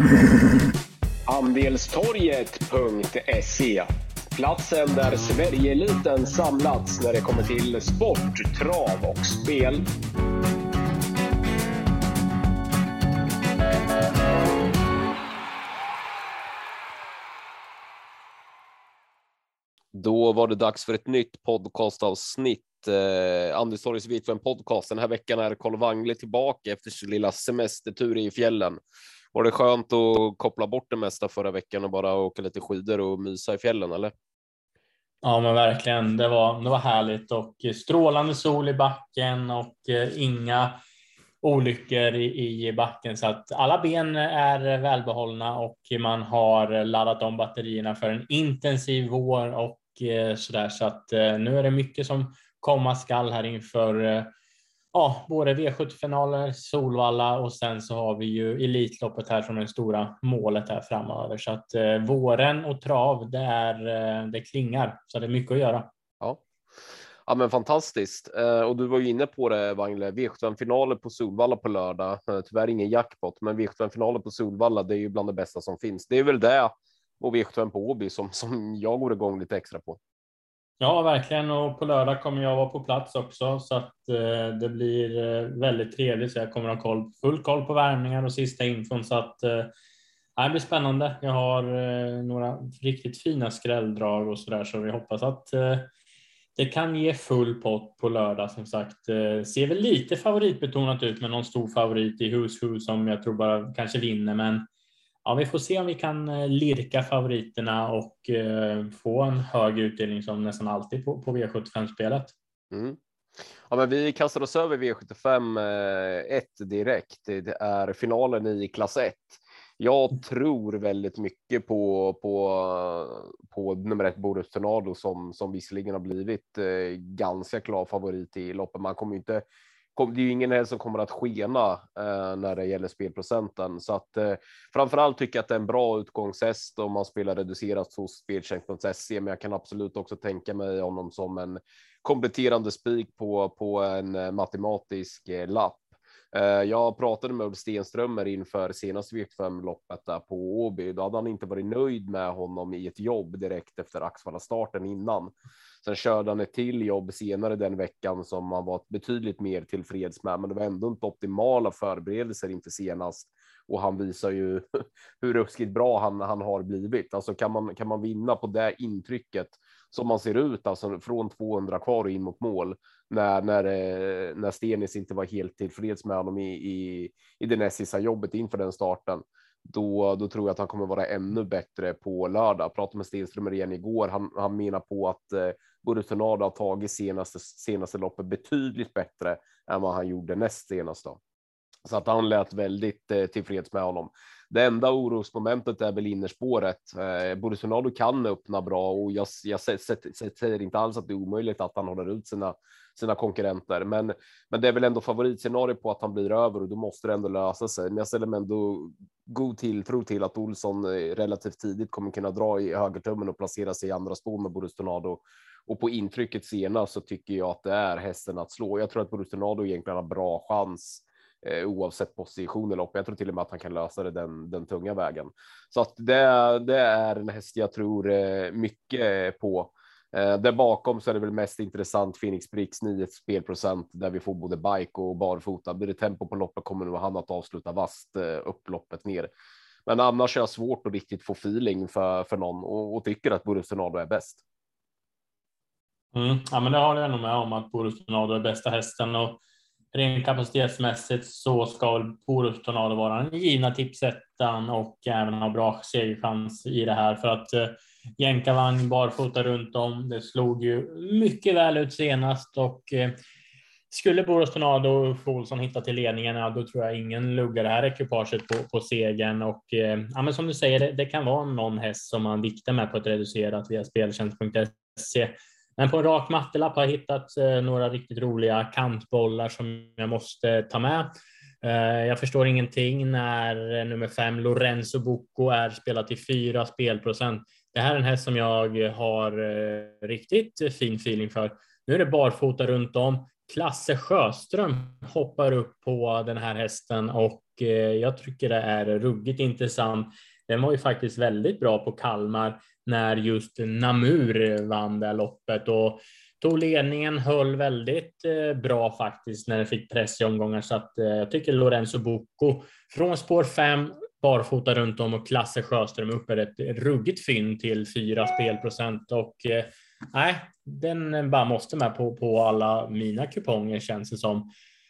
Andelstorget.se. Platsen där Sverigeeliten samlats när det kommer till sport, trav och spel. Då var det dags för ett nytt podcastavsnitt. Andelstorgets V75 podcast. Den här veckan är Carl Wangle tillbaka efter sin lilla semestertur i fjällen. Var det skönt att koppla bort det mesta förra veckan och bara åka lite skidor och mysa i fjällen, eller? Ja, men verkligen. Det var härligt och strålande sol i backen och inga olyckor i backen. Så att alla ben är välbehållna och man har laddat om batterierna för en intensiv vår och sådär. Så att nu är det mycket som komma skall här inför både V70-finaler, Solvalla och sen så har vi ju Elitloppet här som är det stora målet här framöver. Så att våren och trav, det klingar. Så det är mycket att göra. Ja, men fantastiskt. Och du var ju inne på det, Wangle. V75-finaler på Solvalla på lördag. Tyvärr ingen jackpot, men V75-finaler på Solvalla, det är ju bland det bästa som finns. Det är väl det och V75 på Åby som jag går igång lite extra på. Ja, verkligen. Och på lördag kommer jag vara på plats också. Så att det blir väldigt trevligt. Så jag kommer ha full koll på värmningar och sista infon. Så att det blir spännande. Jag har några riktigt fina skrälldrag och sådär. Så vi hoppas att det kan ge full pott på lördag. Som sagt, ser väl lite favoritbetonat ut med någon stor favorit i Hus som jag tror bara kanske vinner. Men ja, vi får se om vi kan lirka favoriterna och få en hög utdelning som nästan alltid på V75-spelet. Mm. Ja, men vi kastar oss över V75 1 direkt. Det är finalen i klass 1. Jag tror väldigt mycket på nummer 1 Boris Tornado som visserligen har blivit ganska klar favorit i loppet. Man kommer inte... Det är ju ingen här som kommer att skena när det gäller spelprocenten. Så att framförallt tycker jag att det är en bra utgångshäst om man spelar reducerat hos speltjänst.se. Men jag kan absolut också tänka mig honom som en kompletterande spik på en matematisk lapp. Jag pratade med Ulf Stenströmer inför senaste V75-loppet där på Åby. Då hade han inte varit nöjd med honom i ett jobb direkt efter Axvalla-starten innan. Sen körde han ett till jobb senare den veckan som han var betydligt mer tillfreds med. Men det var ändå inte optimala förberedelser inför senast. Och han visar ju hur ruskigt bra han har blivit. Alltså kan man vinna på det intrycket som man ser ut, alltså från 200 kvar och in mot mål. När Stenis inte var helt tillfreds med honom i det näst sista jobbet inför den starten. Då tror jag att han kommer vara ännu bättre på lördag. Jag pratade med Stenströmer igen igår. Han menar på att Boris Tornado har tagit senaste loppet betydligt bättre än vad han gjorde näst senast då. Så att han lät väldigt tillfreds med honom. Det enda orosmomentet är väl innerspåret. Boris Tornado kan öppna bra och jag säger inte alls att det är omöjligt att han håller ut sina konkurrenter. Men det är väl ändå favoritscenario på att han blir över och då måste det ändå lösa sig. Men jag ställer mig ändå god tilltro till att Olsson relativt tidigt kommer kunna dra i högertummen och placera sig i andra spår med Boris Tornado. Och på intrycket senast så tycker jag att det är hästen att slå. Jag tror att Boris Tornado egentligen har bra chans oavsett position eller lopp. Jag tror till och med att han kan lösa det den tunga vägen. Så att det är en häst jag tror mycket på. Där bakom så är det väl mest intressant Phoenix Brix 9 spelprocent där vi får både bike och barfota. Blir det tempo på loppet kommer nog han att avsluta vast upploppet ner. Men annars är jag svårt att riktigt få feeling för någon och tycker att Boris Tornado är bäst. Ja, men det håller jag nog med om att Boris Tornado är bästa hästen och rent kapacitetsmässigt så ska väl Boris Tornado vara den givna tipsettan och även ha bra segerchans i det här för att jänkarvagn barfota runt om. Det slog ju mycket väl ut senast och skulle Boris Tornado och Olsson hitta till ledningen, ja, då tror jag ingen luggar det här ekipaget på segern och ja, men som du säger, det kan vara någon häst som man viktar med på ett reducerat via speltjänst.se. Men på en rak mattelapp har jag hittat några riktigt roliga kantbollar som jag måste ta med. Jag förstår ingenting när nummer 5 Lorenzo Bocco är spelat till 4 spelprocent. Det här är en häst som jag har riktigt fin feeling för. Nu är det barfota runt om. Klasse Sjöström hoppar upp på den här hästen och jag tycker det är ruggigt intressant. Den var ju faktiskt väldigt bra på Kalmar när just Namur vann det loppet och tog ledningen, höll väldigt bra faktiskt när den fick press i omgångar. Så att jag tycker Lorenzo Bocco från spår 5 barfota runt om och Klasse Sjöström upp är ett ruggigt fynd till 4 spelprocent och nej, den bara måste med på alla mina kuponger känns det som.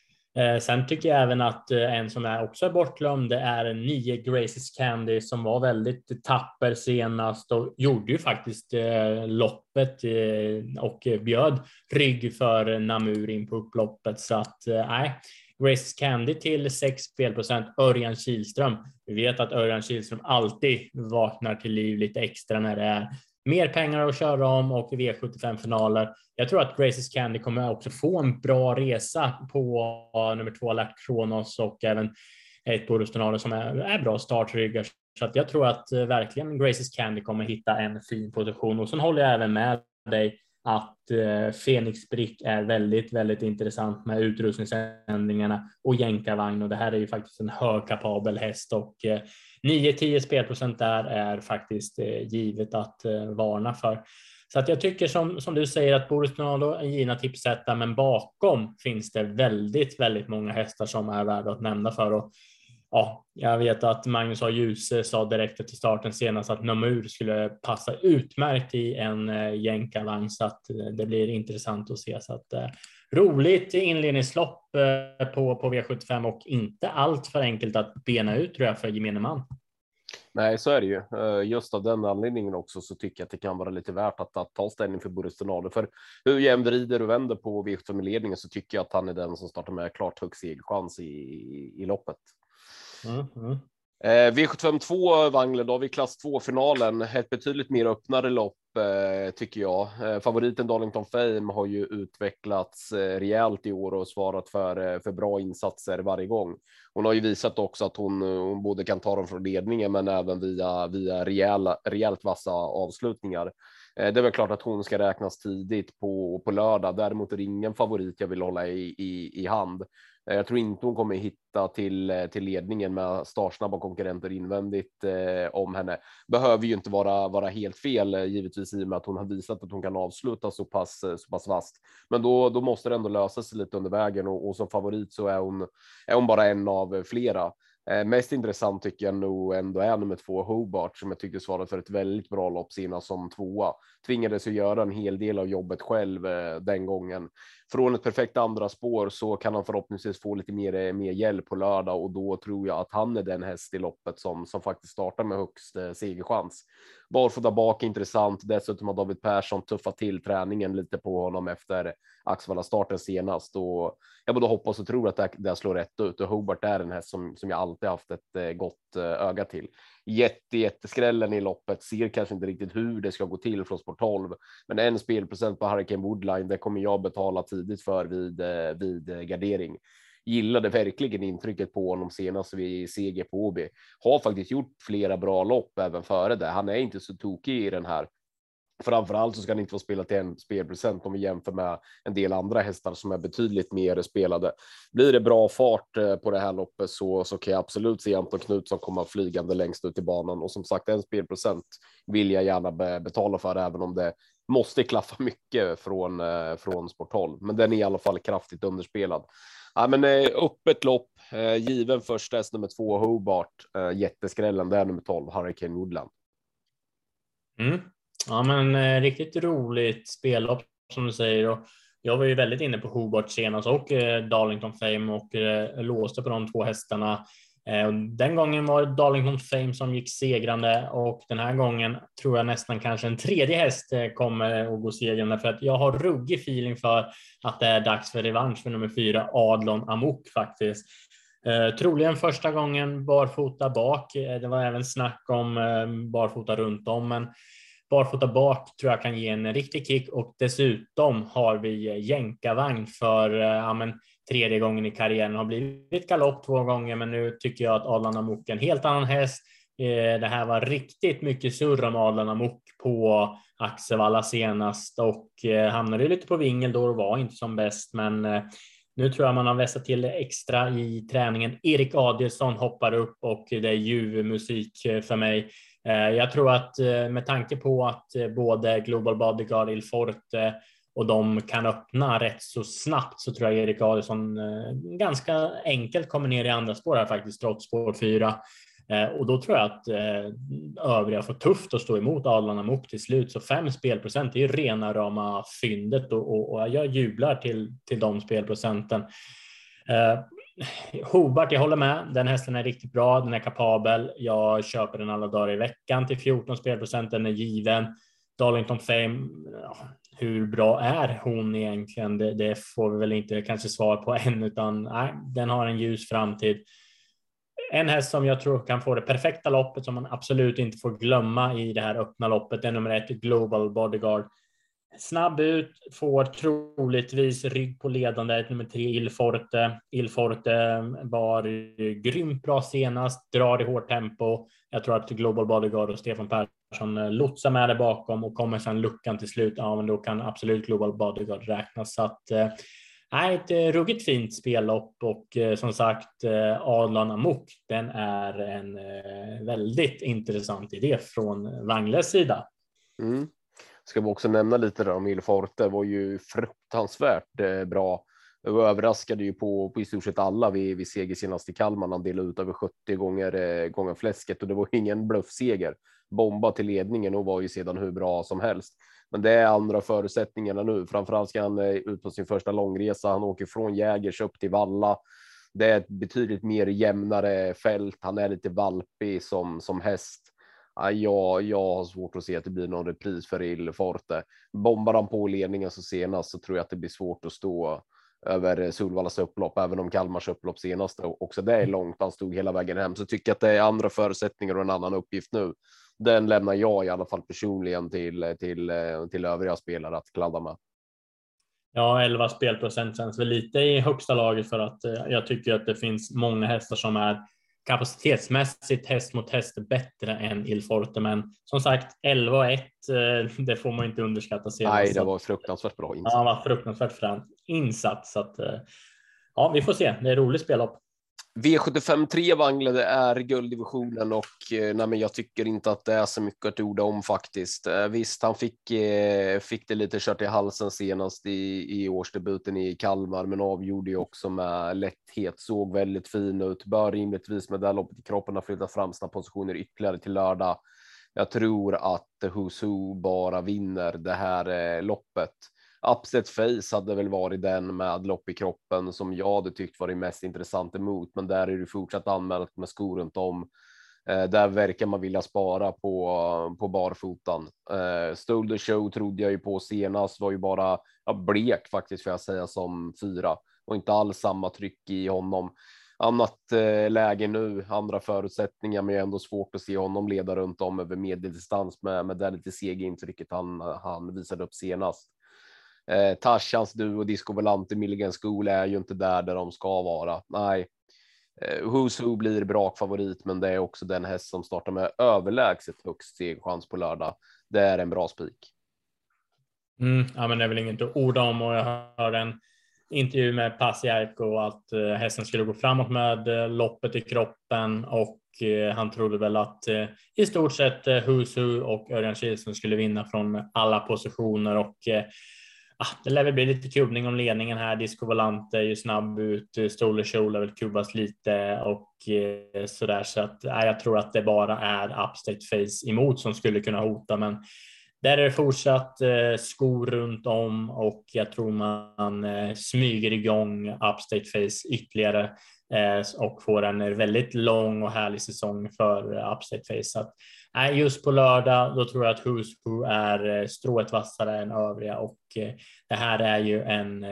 Sen tycker jag även att en som är också bortglömd det är 9 Graces Candy som var väldigt tapper senast och gjorde ju faktiskt loppet och bjöd rygg för Namur in på upploppet. Så att nej, Graces Candy till 6 spelprocent. Örjan Kihlström. Vi vet att Örjan Kihlström alltid vaknar till liv lite extra när det är mer pengar att köra om och V75-finaler. Jag tror att Graces Candy kommer också få en bra resa på nummer 2 Alert Kronos och även ett Borustonaler som är bra startryggar. Så att jag tror att verkligen Graces Candy kommer hitta en fin position. Och sen håller jag även med dig att Phoenix Brick är väldigt, väldigt intressant med utrustningsändringarna och jänkarvagn. Och det här är ju faktiskt en högkapabel häst och 9-10 spelprocent där är faktiskt givet att varna för. Så att jag tycker som du säger att Borustonaler är givna tipsetta, men bakom finns det väldigt, väldigt många hästar som är värda att nämna för. Och ja, jag vet att Magnus A. Djuse sa direkt efter starten senast att Namur skulle passa utmärkt i en jänkarvagn, så att det blir intressant att se. Så att roligt inledningslopp på V75 och inte allt för enkelt att bena ut tror jag för gemene man. Nej, så är det ju. Just av den anledningen också så tycker jag att det kan vara lite värt att ta ställning för Borustonaler. För hur jag vrider och vänder på V75-ledningen så tycker jag att han är den som startar med klart högst segerchans i loppet. V75 2 Wangler, då har vi klass 2-finalen. Ett betydligt mer öppnare lopp tycker jag. Favoriten Darlington Fame har ju utvecklats rejält i år och svarat för bra insatser varje gång. Hon har ju visat också att hon både kan ta dem från ledningen men även via rejält vassa avslutningar. Det är väl klart att hon ska räknas tidigt på lördag. Däremot är det ingen favorit jag vill hålla i hand. Jag tror inte hon kommer hitta till ledningen med startsnabba konkurrenter invändigt om henne. Behöver ju inte vara helt fel givetvis i och med att hon har visat att hon kan avsluta så pass vast. Men då måste det ändå lösa sig lite under vägen och som favorit så är hon bara en av flera. Mest intressant tycker jag nog ändå är nummer 2 Hobart som jag tyckte svarade för ett väldigt bra lopp senast som 2:a. Tvingades att göra en hel del av jobbet själv den gången. Från ett perfekt andra spår så kan han förhoppningsvis få lite mer hjälp på lördag och då tror jag att han är den häst i loppet som faktiskt startar med högst segerchans. Barfota bak intressant. Dessutom har David Persson tuffat till träningen lite på honom efter Axvalla starten senast och jag både hoppas och tror att det slår rätt ut och Hobart är en häst som jag alltid haft ett gott öga till. Jätteskrällen i loppet, ser kanske inte riktigt hur det ska gå till från sport 12, men en spelprocent på Hurricane Woodline, det kommer jag betala tidigt för vid gardering. Gillade verkligen intrycket på honom senast vid CG på OB. Har faktiskt gjort flera bra lopp även före det. Han är inte så tokig i den här. Framförallt så ska han inte få spela till en spelprocent om vi jämför med en del andra hästar som är betydligt mer spelade. Blir det bra fart på det här loppet så kan jag absolut se Anton Knutsson komma flygande längst ut i banan. Och som sagt, en spelprocent vill jag gärna betala för även om det måste klaffa mycket från sport 12. Men den är i alla fall kraftigt underspelad. Ja, men öppet lopp, given första häst nummer 2 Hobart, jätteskrällen, det är nummer 12 Hurricane Woodland. Ja, men riktigt roligt spellopp som du säger och jag var ju väldigt inne på Hobart senast och Darlington Fame och låste på de 2 hästarna. Den gången var det Darlington Fame som gick segrande och den här gången tror jag nästan kanske en tredje häst kommer att gå segrande för att jag har ruggig feeling för att det är dags för revansch för nummer 4 Adlon Amok faktiskt. Troligen första gången barfota bak. Det var även snack om barfota runt om men barfota bak tror jag kan ge en riktig kick och dessutom har vi jänkarvagn för tredje gången i karriären. Har blivit galopp 2 gånger men nu tycker jag att Adlan Amok är en helt annan häst. Det här var riktigt mycket surr om Adlan Amok på Axevalla senast och hamnade lite på vingel då och var inte som bäst, men nu tror jag man har vässat till extra i träningen. Erik Adielsson hoppar upp och det är ljuv musik för mig. Jag tror att med tanke på att både Global Bodyguard, Il Forte och de kan öppna rätt så snabbt, så tror jag Erik Adielsson ganska enkelt kommer ner i andra spår här faktiskt, trots spår 4. Och då tror jag att övriga får tufft att stå emot Adlan Amok till slut. Så 5 spelprocent är ju rena rama fyndet och jag jublar till de spelprocenten. Hobart, jag håller med. Den hästen är riktigt bra, den är kapabel. Jag köper den alla dagar i veckan till 14 spelprocent, den är given. Darlington Fame, hur bra är hon egentligen? Det får vi väl inte kanske svar på än, utan nej, den har en ljus framtid. En häst som jag tror kan få det perfekta loppet, som man absolut inte får glömma i det här öppna loppet, är nummer 1, Global Bodyguard. Snabb ut, får troligtvis rygg på ledande, nummer 3, Il Forte. Il Forte var grymt bra senast, drar i hårt tempo. Jag tror att Global Bodyguard och Stefan Persson lotsar med det bakom och kommer sedan luckan till slut. Ja, men då kan absolut Global Bodyguard räknas. Så att ett ruggigt fint spellopp och som sagt Adlan Amok, den är en väldigt intressant idé från Wangles sida. Ska vi också nämna lite där om Il Forte, var ju fruktansvärt bra. Jag överraskade ju på i stort sett alla vid seger senast i Kalmar. Han delade ut över 70 gånger fläsket och det var ingen bluffseger. Bomba till ledningen och var ju sedan hur bra som helst. Men det är andra förutsättningarna nu. Framförallt ska han ut på sin första långresa. Han åker från Jägers upp till Valla. Det är ett betydligt mer jämnare fält. Han är lite valpig som häst. Jag har svårt att se att det blir någon repris för Il Forte. Bombar han på ledningen så senast, så tror jag att det blir svårt att stå över Solvallas upplopp, även om Kalmars upplopp senast också det är långt, han stod hela vägen hem. Så tycker jag att det är andra förutsättningar och en annan uppgift nu. Den lämnar jag i alla fall personligen till övriga spelare att kladda med. Ja, 11 spelprocent känns väl lite i högsta laget, för att jag tycker att det finns många hästar som är kapacitetsmässigt häst mot häst bättre än Il Forte, men som sagt 11-1, det får man inte underskatta senast. Nej, det var fruktansvärt bra insats. Ja, det var fruktansvärt bra insats, så att ja, vi får se, det är roligt spellopp. V75-3 Wangle, det är gulddivisionen och nej, men jag tycker inte att det är så mycket att orda om faktiskt. Visst, han fick det lite kört i halsen senast i årsdebuten i Kalmar, men avgjorde ju också med lätthet, såg väldigt fin ut. Bör rimligtvis med det loppet i kroppen ha flyttat fram sina positioner ytterligare till lördag. Jag tror att Who's Who bara vinner det här loppet. Upset Face hade väl varit den med lopp i kroppen som jag hade tyckt var det mest intressant emot, men där är det fortsatt anmält med skor runt om. Där verkar man vilja spara på barfotan. Stole the Show trodde jag ju på senast, var ju bara blek faktiskt, för jag säga, som 4 och inte alls samma tryck i honom. Annat läge nu, andra förutsättningar, men jag är ändå svårt att se honom leda runt om över medeldistans med det lite sega intrycket han visade upp senast. Tashans duo Disco Volante Milligan School är ju inte där de ska vara. Nej, Who's Who blir bra favorit, men det är också den häst som startar med överlägset högst segchans på lördag. Det är en bra spik. Ja, men det är väl inget att orda om, och jag hörde en intervju med Pasi Järko att hästen skulle gå framåt med loppet i kroppen, och han trodde väl att i stort sett Who's Who och Örjan Kihlström skulle vinna från alla positioner, och det lär väl bli lite kubbning om ledningen här. Disco Volante är ju snabb ut, Stole Show väl kubbas lite och sådär, så att jag tror att det bara är Upstate Face emot som skulle kunna hota, men där är det fortsatt skor runt om, och jag tror man smyger igång Upstate Face ytterligare och får en väldigt lång och härlig säsong för Upstate Face. Så att, just på lördag, då tror jag att Who's Who är strået vassare än övriga, och det här är ju en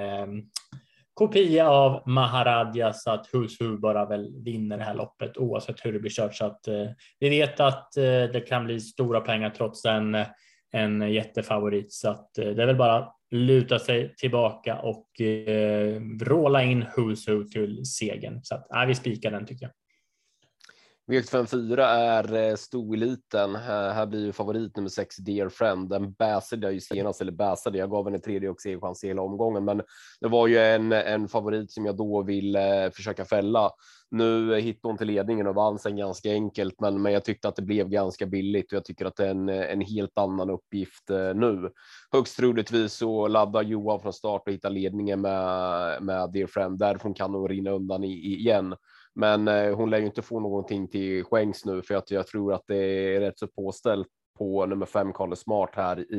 kopia av Maharadja, så att Who's Who bara väl vinner det här loppet oavsett hur det blir kört. Så att vi vet att det kan bli stora pengar trots en jättefavorit, så att det är väl bara luta sig tillbaka och vråla in Who's Who till segern. Så att vi spikar den, tycker jag. V754 är stoeliten. Här blir ju favorit nummer 6 Dear Friend. Den bäsade jag ju senast, eller bäsade. Jag gav henne 3:e och C-chans hela omgången. Men det var ju en favorit som jag då ville försöka fälla. Nu hittade hon till ledningen och vann sen ganska enkelt. Men jag tyckte att det blev ganska billigt. Och jag tycker att det är en helt annan uppgift nu. Högst troligtvis så laddar Johan från start och hittar ledningen med Dear Friend. Därifrån kan hon rinna undan igen. Men hon lär ju inte få någonting till skänks nu, för att jag tror att det är rätt så påställt på nummer 5 Carly Smart här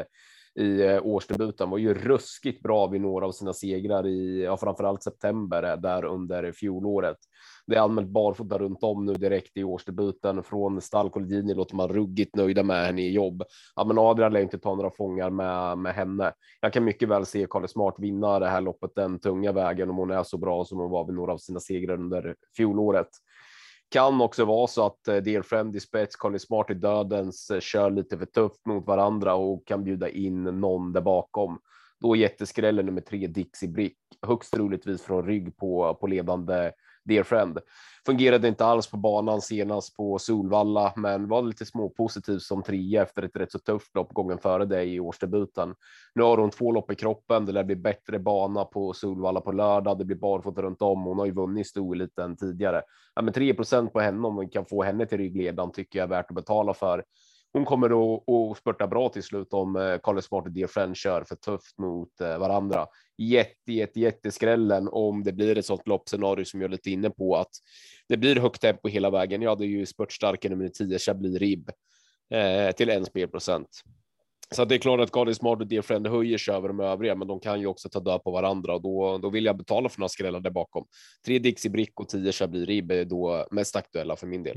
i årsdebuten. Var ju ruskigt bra vid några av sina segrar i framförallt september där under fjolåret. Det är allmänt barfota runt om nu direkt i årsdebuten. Från Stall Colgjini låter man ruggigt nöjda med henne i jobb. Ja, men Adrian lär inte ta några fångar med henne. Jag kan mycket väl se Carly Smart vinna det här loppet den tunga vägen om hon är så bra som hon var vid några av sina segrar under fjolåret. Kan också vara så att Dear Friend i spets, Carly Smart i dödens kör lite för tufft mot varandra och kan bjuda in någon där bakom. Då jätteskrällen nummer 3 Dixie Brick, högst troligtvis från rygg på ledande Dear Friend. Fungerade inte alls på banan senast på Solvalla, men var lite småpositiv som 3 efter ett rätt så tufft lopp gången före det i årsdebuten. Nu har hon 2 lopp i kroppen, det lär bli bättre bana på Solvalla på lördag, det blir barfota runt om, hon har ju vunnit stoeliten tidigare. Ja, men 3% på henne, om vi kan få henne till ryggledan, tycker jag är värt att betala för. Hon kommer att spurta bra till slut om Carly Smart och Dear Friend kör för tufft mot varandra. Jätteskrällen om det blir ett sånt loppscenario som jag är lite inne på, att det blir högt tempo hela vägen. Ja, det är ju spurtstarken nummer 10 Chablis Rib till 1 spelprocent. Så det är klart att Carly Smart och Dear Friend höjer sig över de övriga, men de kan ju också ta död på varandra, och då vill jag betala för några skrällar där bakom. 3 Dixie Brick och 10 Chablis Rib är då mest aktuella för min del.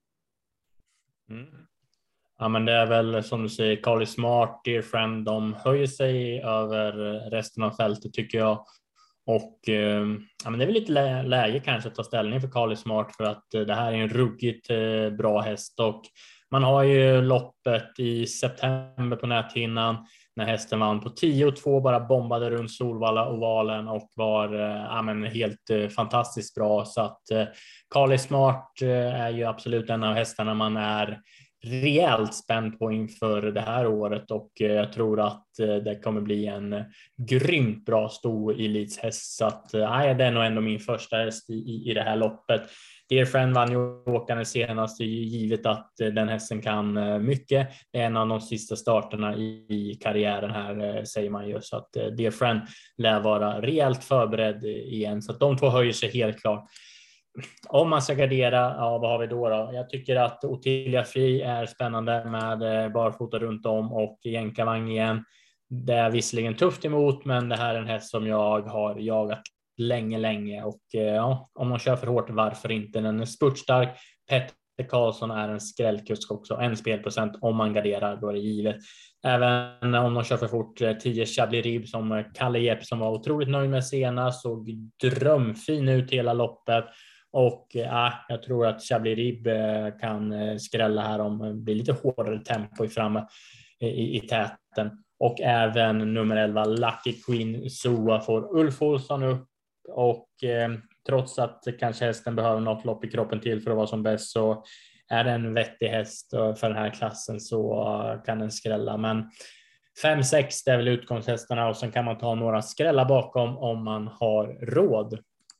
Ja, men det är väl som du säger, Carly Smart, Dear Friend, de höjer sig över resten av fältet tycker jag. Och ja, men det är väl lite läge kanske att ta ställning för Carly Smart, för att det här är en ruggigt bra häst, och man har ju loppet i september på näthinnan när hästen vann på 10-2, bara bombade runt Solvalla ovalen och var ja, men helt fantastiskt bra. Så att Carly Smart är ju absolut en av hästarna man är rejält spänd på inför det här året, och jag tror att det kommer bli en grymt bra stor elitshäst. Så att det är nog ändå min första häst i det här loppet. Dear Friend vann ju åkande senast, givet att den hästen kan mycket. Det är en av de sista starterna i karriären här, säger man ju. Så att Dear Friend lär vara rejält förberedd igen. Så att de två höjer sig helt klart. Om man ska gardera, ja, vad har vi då? Jag tycker att Ottilia Fri är spännande med barfota runt om och jänkarvagn igen. Det är visserligen tufft emot, men det här är en häst som jag har jagat länge, och ja, om man kör för hårt, varför inte? Den är spurtstark. Petter Karlsson är en skrällkusk också, 1 spelprocent om man garderar, då är det givet. Även om de kör för fort, 10 Chablis Rib som Kalle Jeppsson var otroligt nöjd med senast, såg drömfin ut hela loppet. Och jag tror att Chablis Rib kan skrälla här om det blir lite hårdare tempo framme i täten. Och även nummer 11 Lucky Queen Soa får Ulf Olsson upp, och trots att kanske hästen behöver något lopp i kroppen till för att vara som bäst, så är det en vettig häst för den här klassen, så kan den skrälla. Men 5-6 det är väl utgångshästarna, och sen kan man ta några skrällar bakom om man har råd.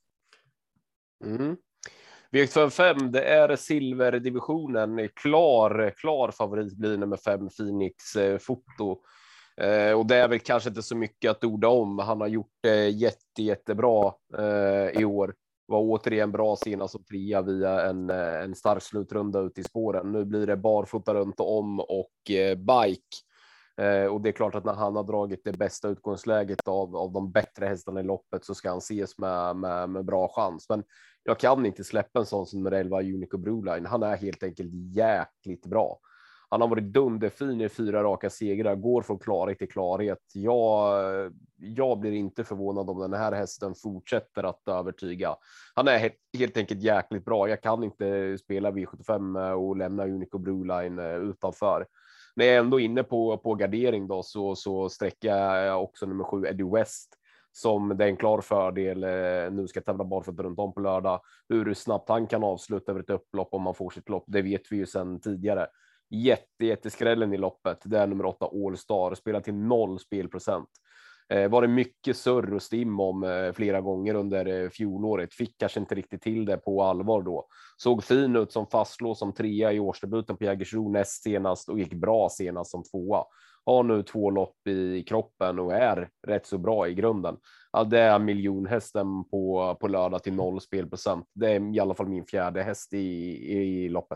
V75 det är silverdivisionen. Klar favorit blir nummer 5 Phoenix Foto. Och det är väl kanske inte så mycket att orda om. Han har gjort det jättebra i år. Var återigen bra senast som 3 via en stark slutrunda ut i spåren. Nu blir det barfota runt om och bike. Och det är klart att när han har dragit det bästa utgångsläget av de bättre hästarna i loppet, så ska han ses med bra chans. Men jag kan inte släppa en sån som nummer 11 Unico Broline. Han är helt enkelt jäkligt bra. Han har varit dunderfin i 4 raka segrar, går från klarhet till klarhet. Jag blir inte förvånad om den här hästen fortsätter att övertyga. Han är helt enkelt jäkligt bra. Jag kan inte spela V75 och lämna Unico Broline utanför. När jag är ändå inne på gardering då, så sträcker jag också nummer 7 Eddie West. som det är en klar fördel. Nu ska tävla barfota runt om på lördag. Hur snabbt han kan avsluta över ett upplopp om man får sitt lopp, det vet vi ju sedan tidigare. Jätteskrällen i loppet, det är nummer 8 All Star, spelar till 0 spelprocent. Var det mycket surr och stim om flera gånger under fjolåret. Fick kanske inte riktigt till det på allvar då. Såg fin ut som fastlås som 3 i årsdebuten på Jägersro näst senast och gick bra senast som 2. Har nu 2 lopp i kroppen och är rätt så bra i grunden. Ja, det är miljonhästen på lördag till 0 spelprocent. Det är i alla fall min 4:e häst i loppet.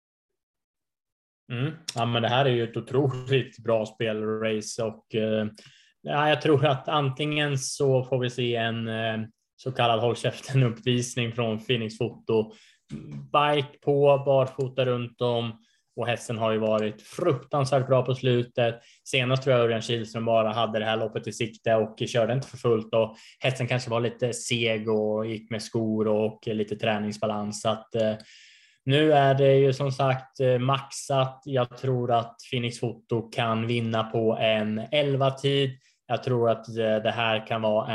Ja, men det här är ju ett otroligt bra spelrace och ja, jag tror att antingen så får vi se en så kallad håll käften uppvisning från Phoenix Foto. Bike på, barfota runt om, och hästen har ju varit fruktansvärt bra på slutet. Senast tror jag Örjan Kihlström bara hade det här loppet i sikte och körde inte för fullt, och hästen kanske var lite seg och gick med skor och lite träningsbalans. Så att nu är det ju som sagt maxat. Jag tror att Phoenix Foto kan vinna på en 11-tid. Jag tror att det här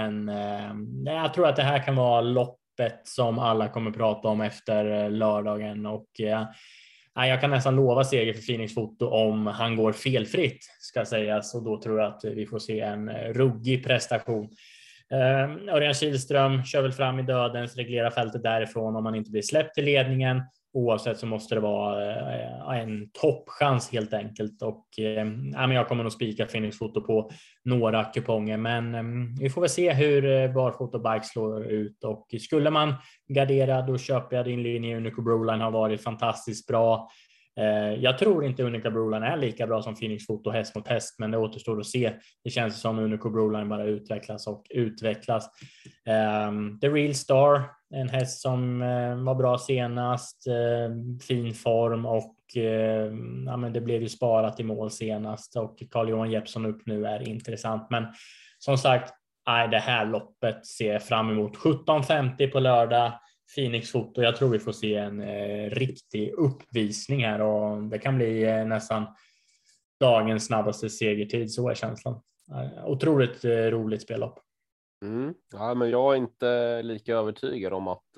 kan vara loppet som alla kommer prata om efter lördagen, och jag kan nästan lova seger för Phoenix Foto om han går felfritt, ska sägas, och då tror jag att vi får se en ruggig prestation. Örjan Kihlström kör väl fram i dödens, reglerar fältet därifrån om man inte blir släppt till ledningen. Oavsett så måste det vara en toppchans helt enkelt, och jag kommer nog spika Phoenix Foto på några kuponger, men vi får väl se hur barfota bike slår ut, och skulle man gardera då köper jag din linje. Unico Broline har varit fantastiskt bra. Jag tror inte Unico Broline är lika bra som Phoenix Foto häst mot häst, men det återstår att se. Det känns som Unico Broline bara utvecklas. The Real Star, en häst som var bra senast, fin form, och men det blev ju sparat i mål senast, och Carl-Johan Jeppsson upp nu är intressant. Men som sagt, det här loppet ser jag fram emot. 17:50 på lördag, Phoenix Foto. Jag tror vi får se en riktig uppvisning här, och det kan bli nästan dagens snabbaste segertid, så är känslan. Otroligt roligt spellopp. Ja, men jag är inte lika övertygad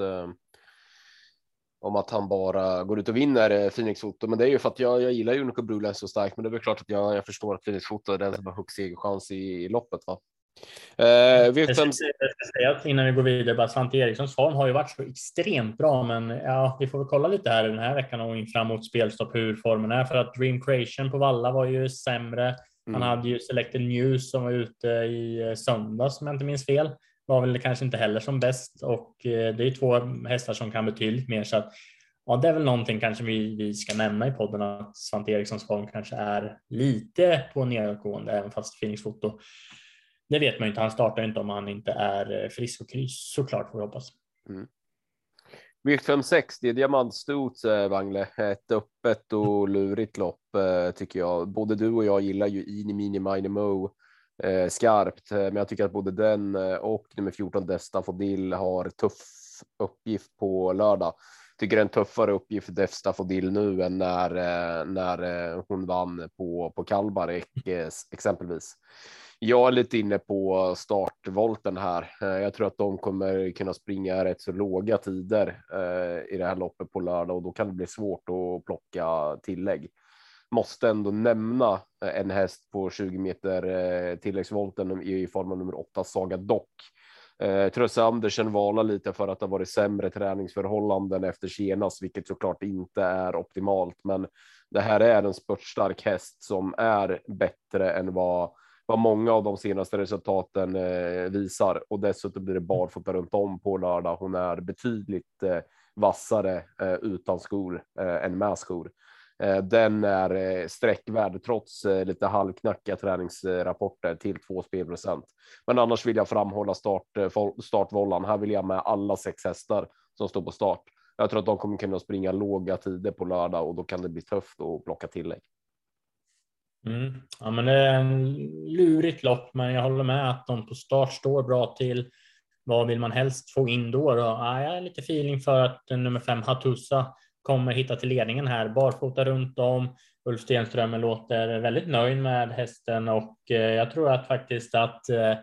om att han bara går ut och vinner Phoenix Foto, men det är ju för att jag gillar Unico Broline så starkt, men det är väl klart att jag förstår att Phoenix Foto är den som har högst segerchans i loppet, va? Jag ska säga att innan vi går vidare, bara Svante Erikssons form har ju varit så extremt bra, men ja, vi får väl kolla lite här den här veckan och in framåt spelstopp hur formen är, för att Dream Creation på Valla var ju sämre. Han hade ju Selected News som var ute i söndags, som jag inte minns fel, var väl kanske inte heller som bäst, och det är 2 hästar som kan betydligt mer, så att ja, det är väl någonting kanske vi ska nämna i podden, att Svante Erikssons form kanske är lite på nedåtgående, även fast Phoenix Foto, det vet man ju inte. Han startar inte om han inte är frisk och krys, såklart, får vi hoppas. V56, det är diamantstort, Wangle. Ett öppet och lurigt lopp, tycker jag. Både du och jag gillar ju Ini Mini Mini Mo skarpt, men jag tycker att både den och nummer 14 Desta Fodil har tuff uppgift på lördag. Tycker det är en tuffare uppgift för Desta Fodil nu än när hon vann på Kalbarek exempelvis. Jag är lite inne på startvolten här. Jag tror att de kommer kunna springa rätt så låga tider i det här loppet på lördag, och då kan det bli svårt att plocka tillägg. Måste ändå nämna en häst på 20 meter tilläggsvolten i form av nummer 8 Saga Dock. Trösse Andersen valar lite för att det har varit sämre träningsförhållanden efter senast, vilket såklart inte är optimalt, men det här är en spurtstark häst som är bättre än vad många av de senaste resultaten visar, och dessutom blir det barfota runt om på lördag. Hon är betydligt vassare utan skor än med skor. Den är sträckvärd trots lite halvknackiga träningsrapporter till 2 spelprocent. Men annars vill jag framhålla startvållan. Här vill jag med alla 6 hästar som står på start. Jag tror att de kommer kunna springa låga tider på lördag, och då kan det bli tufft att plocka tillägg. Ja, men det är en lurigt lopp, men jag håller med att de på start står bra till. Vad vill man helst få in då? Jag är lite feeling för att nummer 5 Hattusa kommer hitta till ledningen här. Barfota runt om. Ulf Stenström låter väldigt nöjd med hästen, och jag tror att faktiskt att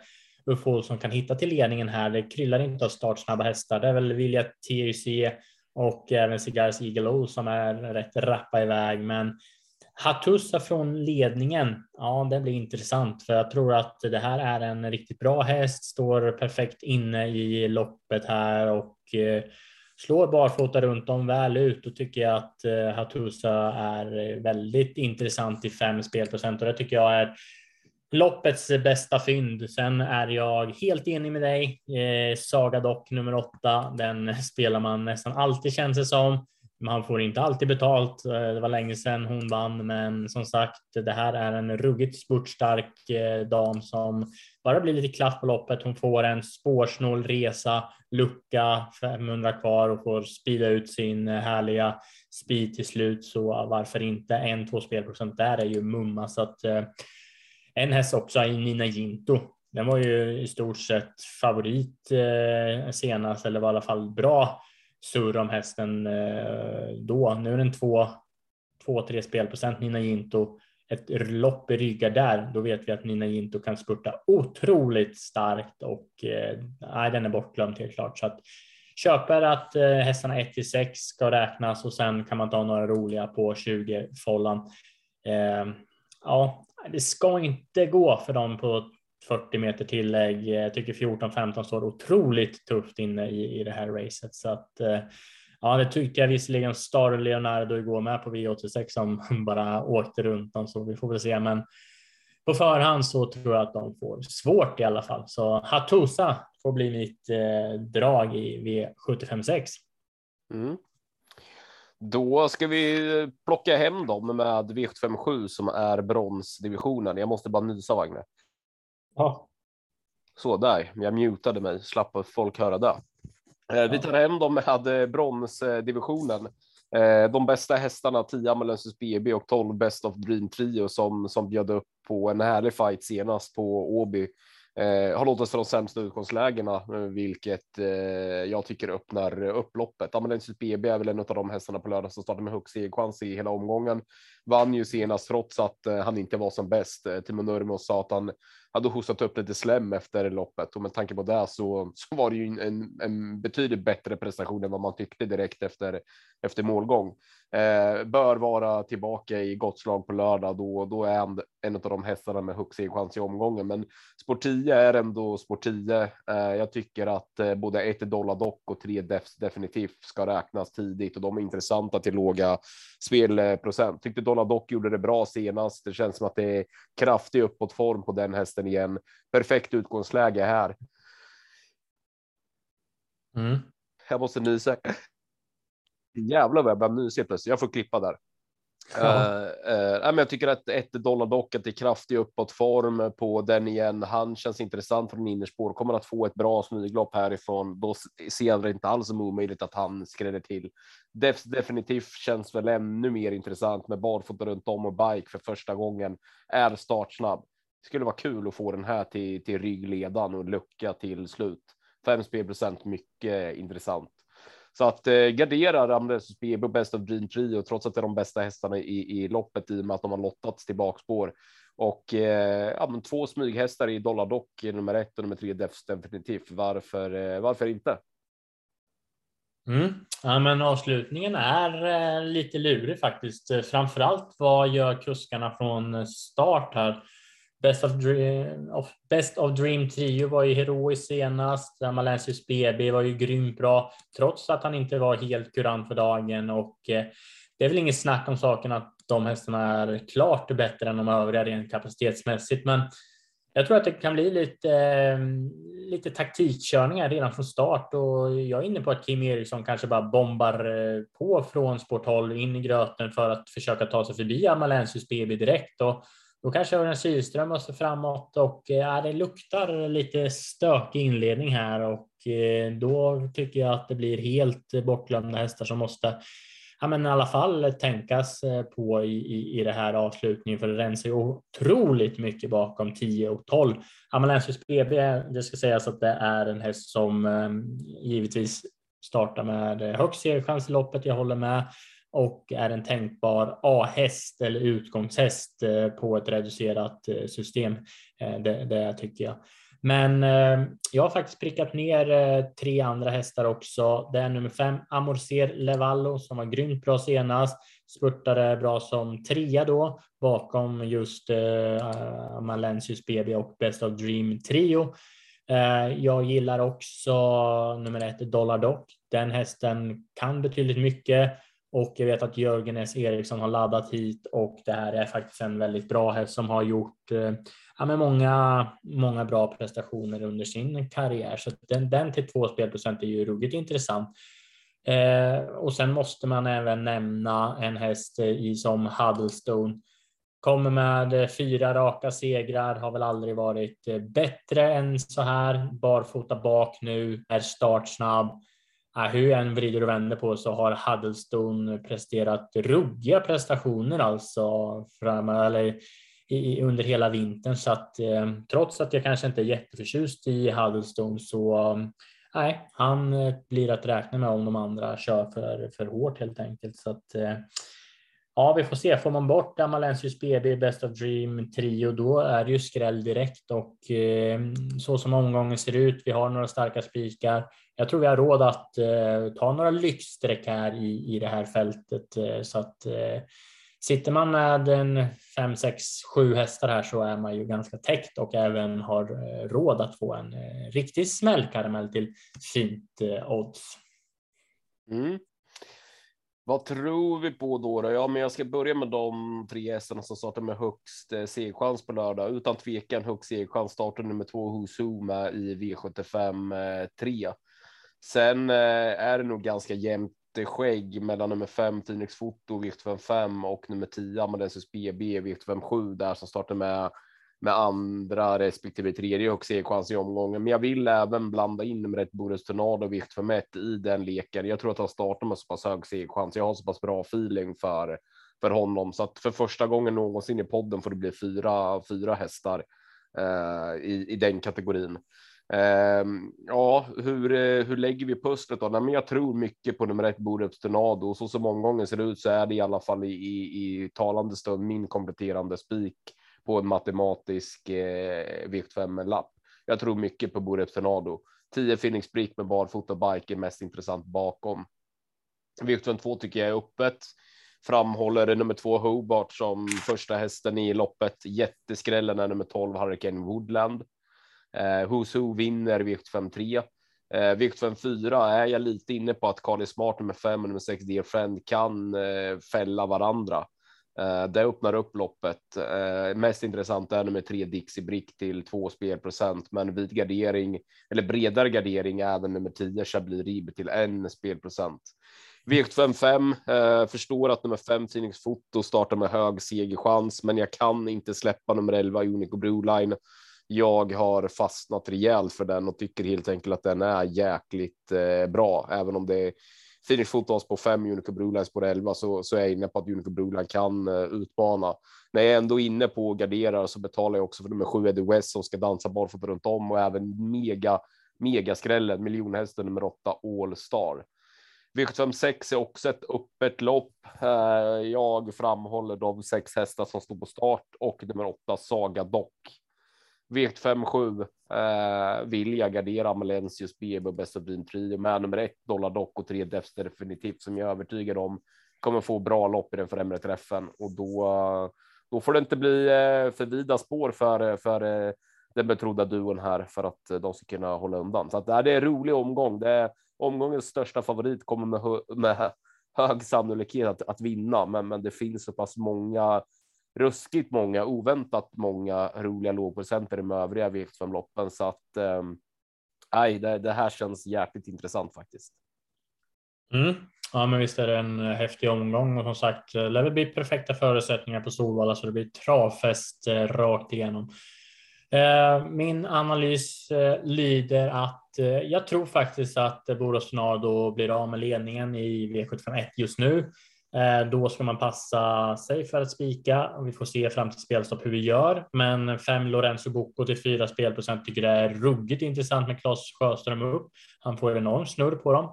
Uffe Olsson kan hitta till ledningen här. Det kryllar inte av startsnabba hästar. Det är väl Vilja TUC och även Cigars Eagle O som är rätt rappa iväg. Men Hatusa från ledningen, ja, det blir intressant, för jag tror att det här är en riktigt bra häst, står perfekt inne i loppet här och slår barfota runt om väl ut, och tycker jag att Hatusa är väldigt intressant i 5 spelprocent, och det tycker jag är loppets bästa fynd. Sen är jag helt enig med dig. Saga Dock nummer 8, den spelar man nästan alltid, känns det som. Man får inte alltid betalt. Det var länge sedan hon vann, men som sagt, det här är en ruggigt spurtstark dam som bara blir lite klaff på loppet. Hon får en spårsnål resa, lucka 500 kvar och får spida ut sin härliga speed till slut. Så varför inte 1-2 spelprocent där är ju mumma. Så att en häst också i Nina Ginto. Den var ju i stort sett favorit senast, eller var i alla fall bra surr om hästen då. Nu är den 2-3 spelprocent Nina Ginto. Ett lopp i ryggar där, då vet vi att Nina Ginto kan spurta otroligt starkt, och den är bortglömd helt klart. Så att köper att hästarna 1-6 ska räknas, och sen kan man ta några roliga på 20-follan. Ja, det ska inte gå för dem på 40 meter tillägg. Jag tycker 14-15 står otroligt tufft inne i det här racet. Så att ja, det tyckte jag visserligen Star och Leonardo igår med på V86 som bara åkte runt dem, så vi får väl se. Men på förhand så tror jag att de får svårt i alla fall. Så Hatusa får bli mitt drag i V75-6. Mm. Då ska vi plocka hem dem med V75-7 som är bronsdivisionen. Jag måste bara nysa, Wagner. Ja. Så där, jag mutade mig, slapp folk höra det. Vi tar hem dem med bronsdivisionen. De bästa hästarna, 10 Amalensis BB och 12 Best of Dream Trio som bjöd upp på en härlig fight senast på Åby. Har låtit för de sämsta utgångslägena, vilket jag tycker öppnar upploppet. Amalensis BB är väl en av de hästarna på lördag som startar med högst segerchans i hela omgången. Vann ju senast trots att han inte var som bäst. Timo Nurmos sa att han hade hostat upp lite slem efter loppet, och med tanke på det så var det ju en betydligt bättre prestation än vad man tyckte direkt efter målgång. Bör vara tillbaka i gott slag på lördag, då är han en av de hästarna med högst segerchans i omgången. Men Sport 10 är ändå Sport 10. Jag tycker att både 1 Dollar Dock och 3 definitivt ska räknas tidigt, och de är intressanta till låga spelprocent. Tyckte Dollar Dock gjorde det bra senast. Det känns som att det är kraftig uppåtform på den hästen igen. Perfekt utgångsläge här. Jag måste nysa. Jävlar vad jag börjar nysa plötsligt. Jag får klippa där. Men jag tycker att 1 Dollar Dock är kraftig uppåtform på den igen. Han känns intressant från innerspår. Kommer att få ett bra smyglopp härifrån. Då ser jag det inte alls som omöjligt att han skräller till. Definitivt känns väl ännu mer intressant med barfota runt om och bike för första gången. Är startsnabb. Det skulle vara kul att få den här till ryggledan och lucka till slut. 5 spelprocent, mycket intressant. Så att gardera Ramles BB Best of Dream Trio, trots att det är de bästa hästarna i loppet, i och med att de har lottats till bakspår. Och 2 smyghästar i Dollar Dock, nummer 1 och nummer 3 definitivt. Varför inte? Ja, men avslutningen är lite lurig faktiskt. Framförallt vad gör kuskarna från start här? Best of Dream Trio var ju heroiskt senast. Amalensis BB var ju grymt bra, trots att han inte var helt kurant för dagen. Och det är väl inget snack om saken att de hästarna är klart bättre än de övriga rent kapacitetsmässigt. Men jag tror att det kan bli lite taktikkörningar redan från start, och jag är inne på att Kim Eriksson kanske bara bombar på från sporthåll in i gröten för att försöka ta sig förbi Amalensis BB direkt. Och då kanske Örjan Kihlström måste framåt, och det luktar lite stökig inledning här, och då tycker jag att det blir helt bortglömda hästar som måste i alla fall tänkas på i det här avslutningen, för det rensar ju otroligt mycket bakom 10 och 12. Amalensis BB, det ska sägas att det är en häst som givetvis startar med högst segerchans i loppet, jag håller med, och är en tänkbar A-häst eller utgångshäst på ett reducerat system. Det tycker jag. Men jag har faktiskt prickat ner 3 andra hästar också. Det är nummer 5, Amorcer Levallo, som var grymt bra senast. Spurtade bra som 3 då, bakom just Amalensius BB och Best of Dream Trio. Jag gillar också nummer 1, Dollar Dock. Den hästen kan betydligt mycket. Och jag vet att Jörgen S. Eriksson har laddat hit, och det här är faktiskt en väldigt bra häst som har gjort med många bra prestationer under sin karriär. Så den till 2 spelprocent är ju ruggigt intressant. Och sen måste man även nämna en häst som Huddlestone. Kommer med 4 raka segrar, har väl aldrig varit bättre än så här. Barfota bak nu, är startsnabb. Hur en vrider och vänder på så har Huddlestone presterat ruggiga prestationer alltså under hela vintern. Så att trots att jag kanske inte är jätteförtjust i Huddlestone, så nej, han blir att räkna med om de andra kör för hårt helt enkelt. Så att ja, vi får se. Får man bort Amalensius BB, Best of Dream Trio, då är det ju skräll direkt. Och så som omgången ser ut, vi har några starka spikar. Jag tror vi har råd att ta några lyxsträck här i det här fältet. Så att sitter man med en 5, 6, 7 hästar här, så är man ju ganska täckt och även har råd att få en riktig smällkaramell till fint odds. Mm. Vad tror vi på då? Ja, men jag ska börja med de 3 hästarna som startar med högst segerchans på lördag. Utan tvekan högst segerchans startar nummer 2 Who's Who med i V75 3. Sen är det nog ganska jämnt skägg mellan nummer 5 Phoenix Foto V75 5 och nummer 10 Amalensius BB V75 7 där som startar med andra respektive tredje högst segerchans i omgången. Men jag vill även blanda in nummer 1 Boris Tornado V75 1 i den leken. Jag tror att han startar med så pass hög segerchans. Jag har så pass bra feeling för honom, så att för första gången någonsin i podden får det bli fyra hästar i den kategorin. Ja, hur lägger vi pusslet då? Nej, men jag tror mycket på nummer 1 Borups Tornado, och så som omgången ser ut så är det i alla fall i talande stund min kompletterande spik på en matematisk V75-lapp. Jag tror mycket på Borups Tornado. 10 Phoenix Brick med barfota bike är mest intressant bakom. V75 2 tycker jag är öppet. Framhåller nummer 2 Hobart som första hästen i loppet. Jätteskrällen är nummer 12 Hurricane Woodland. Who's Who vinner V75 3. V75 4 är jag lite inne på att Carly Smart nummer 5 och nummer 6 Dear Friend kan fälla varandra. Det öppnar upp loppet. Mest intressant är nummer 3 Dixie Brick till 2 spelprocent, men vid gardering eller bredare gardering även nummer 10 Chablis Rib till 1 spelprocent. V75 5 förstår att nummer 5 Phoenix Foto startar med hög segerchans, men jag kan inte släppa nummer 11 Unico Broline. Jag har fastnat rejält för den och tycker helt enkelt att den är jäkligt bra. Även om det är Phoenix Fotos på 5, Unico Brolines på 11, så är jag inne på att Unico Broline kan utmana. När jag är ändå inne på garderar så betalar jag också för nummer 7 Eddie West som ska dansa barfota runt om, och även mega skrällen miljonhästen nummer 8 All Star. V75 6 är också ett öppet lopp. Jag framhåller de 6 hästar som står på start och nummer 8 Saga Dock. V75 7 vill jag gardera Amalensius BB och Best of Dream Trio med nummer 1 Dollar Dock och 3 Defs definitivt, som jag är övertygad om kommer få bra lopp i den främre träffen, och då får det inte bli för vida spår för den betrodda duon här för att de ska kunna hålla undan. Så att det är en rolig omgång. Det är omgångens största favorit, kommer med hög sannolikhet att vinna, men det finns så pass många ruskigt många, oväntat många roliga lågprocenter i de övriga V75-loppen, så att det här känns jäkligt intressant faktiskt. Ja, men visst är det en häftig omgång, och som sagt, det lär bli perfekta förutsättningar på Solvalla, så det blir travfest rakt igenom. Min analys lyder att jag tror faktiskt att Boros Tornado blir av med ledningen i V75 just nu. Då ska man passa sig för att spika. Vi får se fram till spelstopp hur vi gör. Men 5 Lorenzo Bocco till 4 spelprocent tycker det är ruggigt intressant med Claes Sjöström upp. Han får enorm snurr på dem.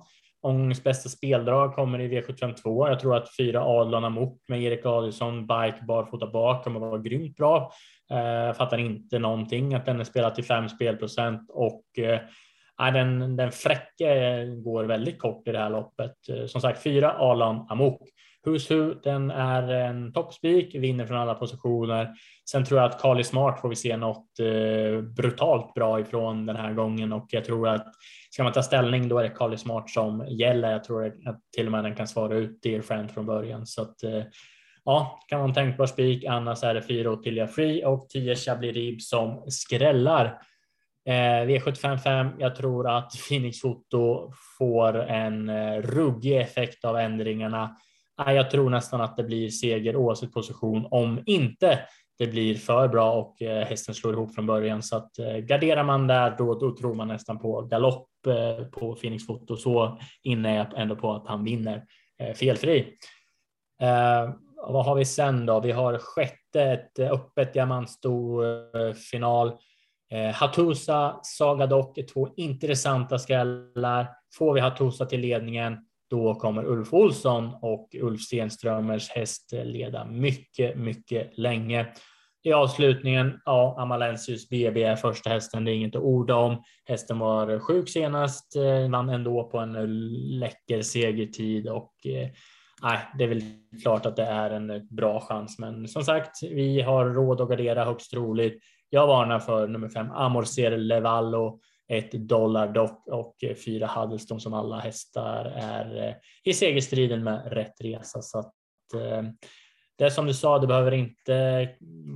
Ångs bästa speldrag kommer i V752. Jag tror att 4 Adlan Amok med Erik Adielsson, bike barfota bak kommer att vara grymt bra. Fattar inte någonting att den är spelad till 5 spelprocent och den fräcke går väldigt kort i det här loppet. Som sagt, 4 Adlan Amok. Husu, den är en toppspik, vinner från alla positioner. Sen tror jag att Carly Smart får vi se något brutalt bra ifrån den här gången och jag tror att ska man ta ställning då är det Carly Smart som gäller. Jag tror att till och med den kan svara ut Dear Friend från början. Så att ja, kan man tänka på spik. Annars är det 4 Ottilia Free och 10 Chablis Rib som skrällar. V755, jag tror att Phoenix Foto får en ruggig effekt av ändringarna. Jag tror nästan att det blir seger oavsett position om inte det blir för bra och hästen slår ihop från början. Så att garderar man där då tror man nästan på galopp på Phoenix Foto. Så inne är jag ändå på att han vinner felfri. Vad har vi sen då? Vi har sjätte, ett öppet diamantsto-final. Hattusa, Saga Dock är 2 intressanta skrällar. Får vi Hattusa till ledningen, då kommer Ulf Olsson och Ulf Stenströmers häst leda mycket, mycket länge. I avslutningen, ja, Amalensius BB är första hästen, det är inget att orda om. Hästen var sjuk senast, vann ändå på en läcker segertid och det är väl klart att det är en bra chans. Men som sagt, vi har råd att gardera högst troligt. Jag varnar för nummer 5, Amorcer Levallo, $1 dock och 4 Huddleston som alla hästar är i segerstriden med rätt resa. Så att det är som du sa, det behöver inte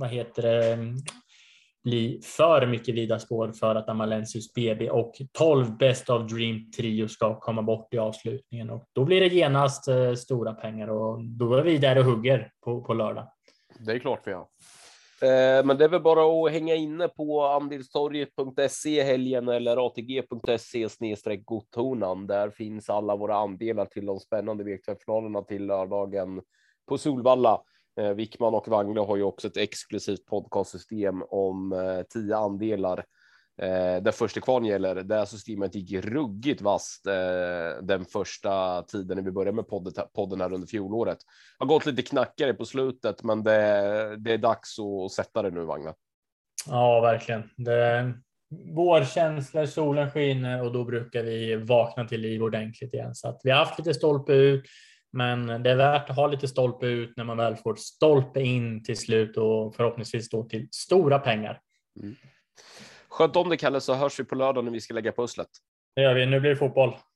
bli för mycket vida spår för att Amalensius BB och 12 Best of Dream Trio ska komma bort i avslutningen och då blir det genast stora pengar och då är vi där och hugger på lördag. Det är klart vi har. Men det är väl bara att hänga inne på andelstorget.se helgen eller atg.se/godtonan. Där finns alla våra andelar till de spännande V75-finalerna till lördagen på Solvalla. Wickman och Wangle har ju också ett exklusivt podcastsystem om 10 andelar. Där första kvarn gäller. Det här systemet gick ruggigt vast den första tiden när vi började med podden här under fjolåret. Har gått lite knackare på slutet, men det är dags att sätta det nu, Wangle. Ja, verkligen. Vårkänslor, solen skiner och då brukar vi vakna till liv ordentligt igen. Så att vi har haft lite stolpe ut, men det är värt att ha lite stolpe ut när man väl får stolpe in till slut och förhoppningsvis då till stora pengar. Skönt om det, Kalle, så hörs vi på lördag när vi ska lägga pusslet. Det gör vi. Nu blir det fotboll.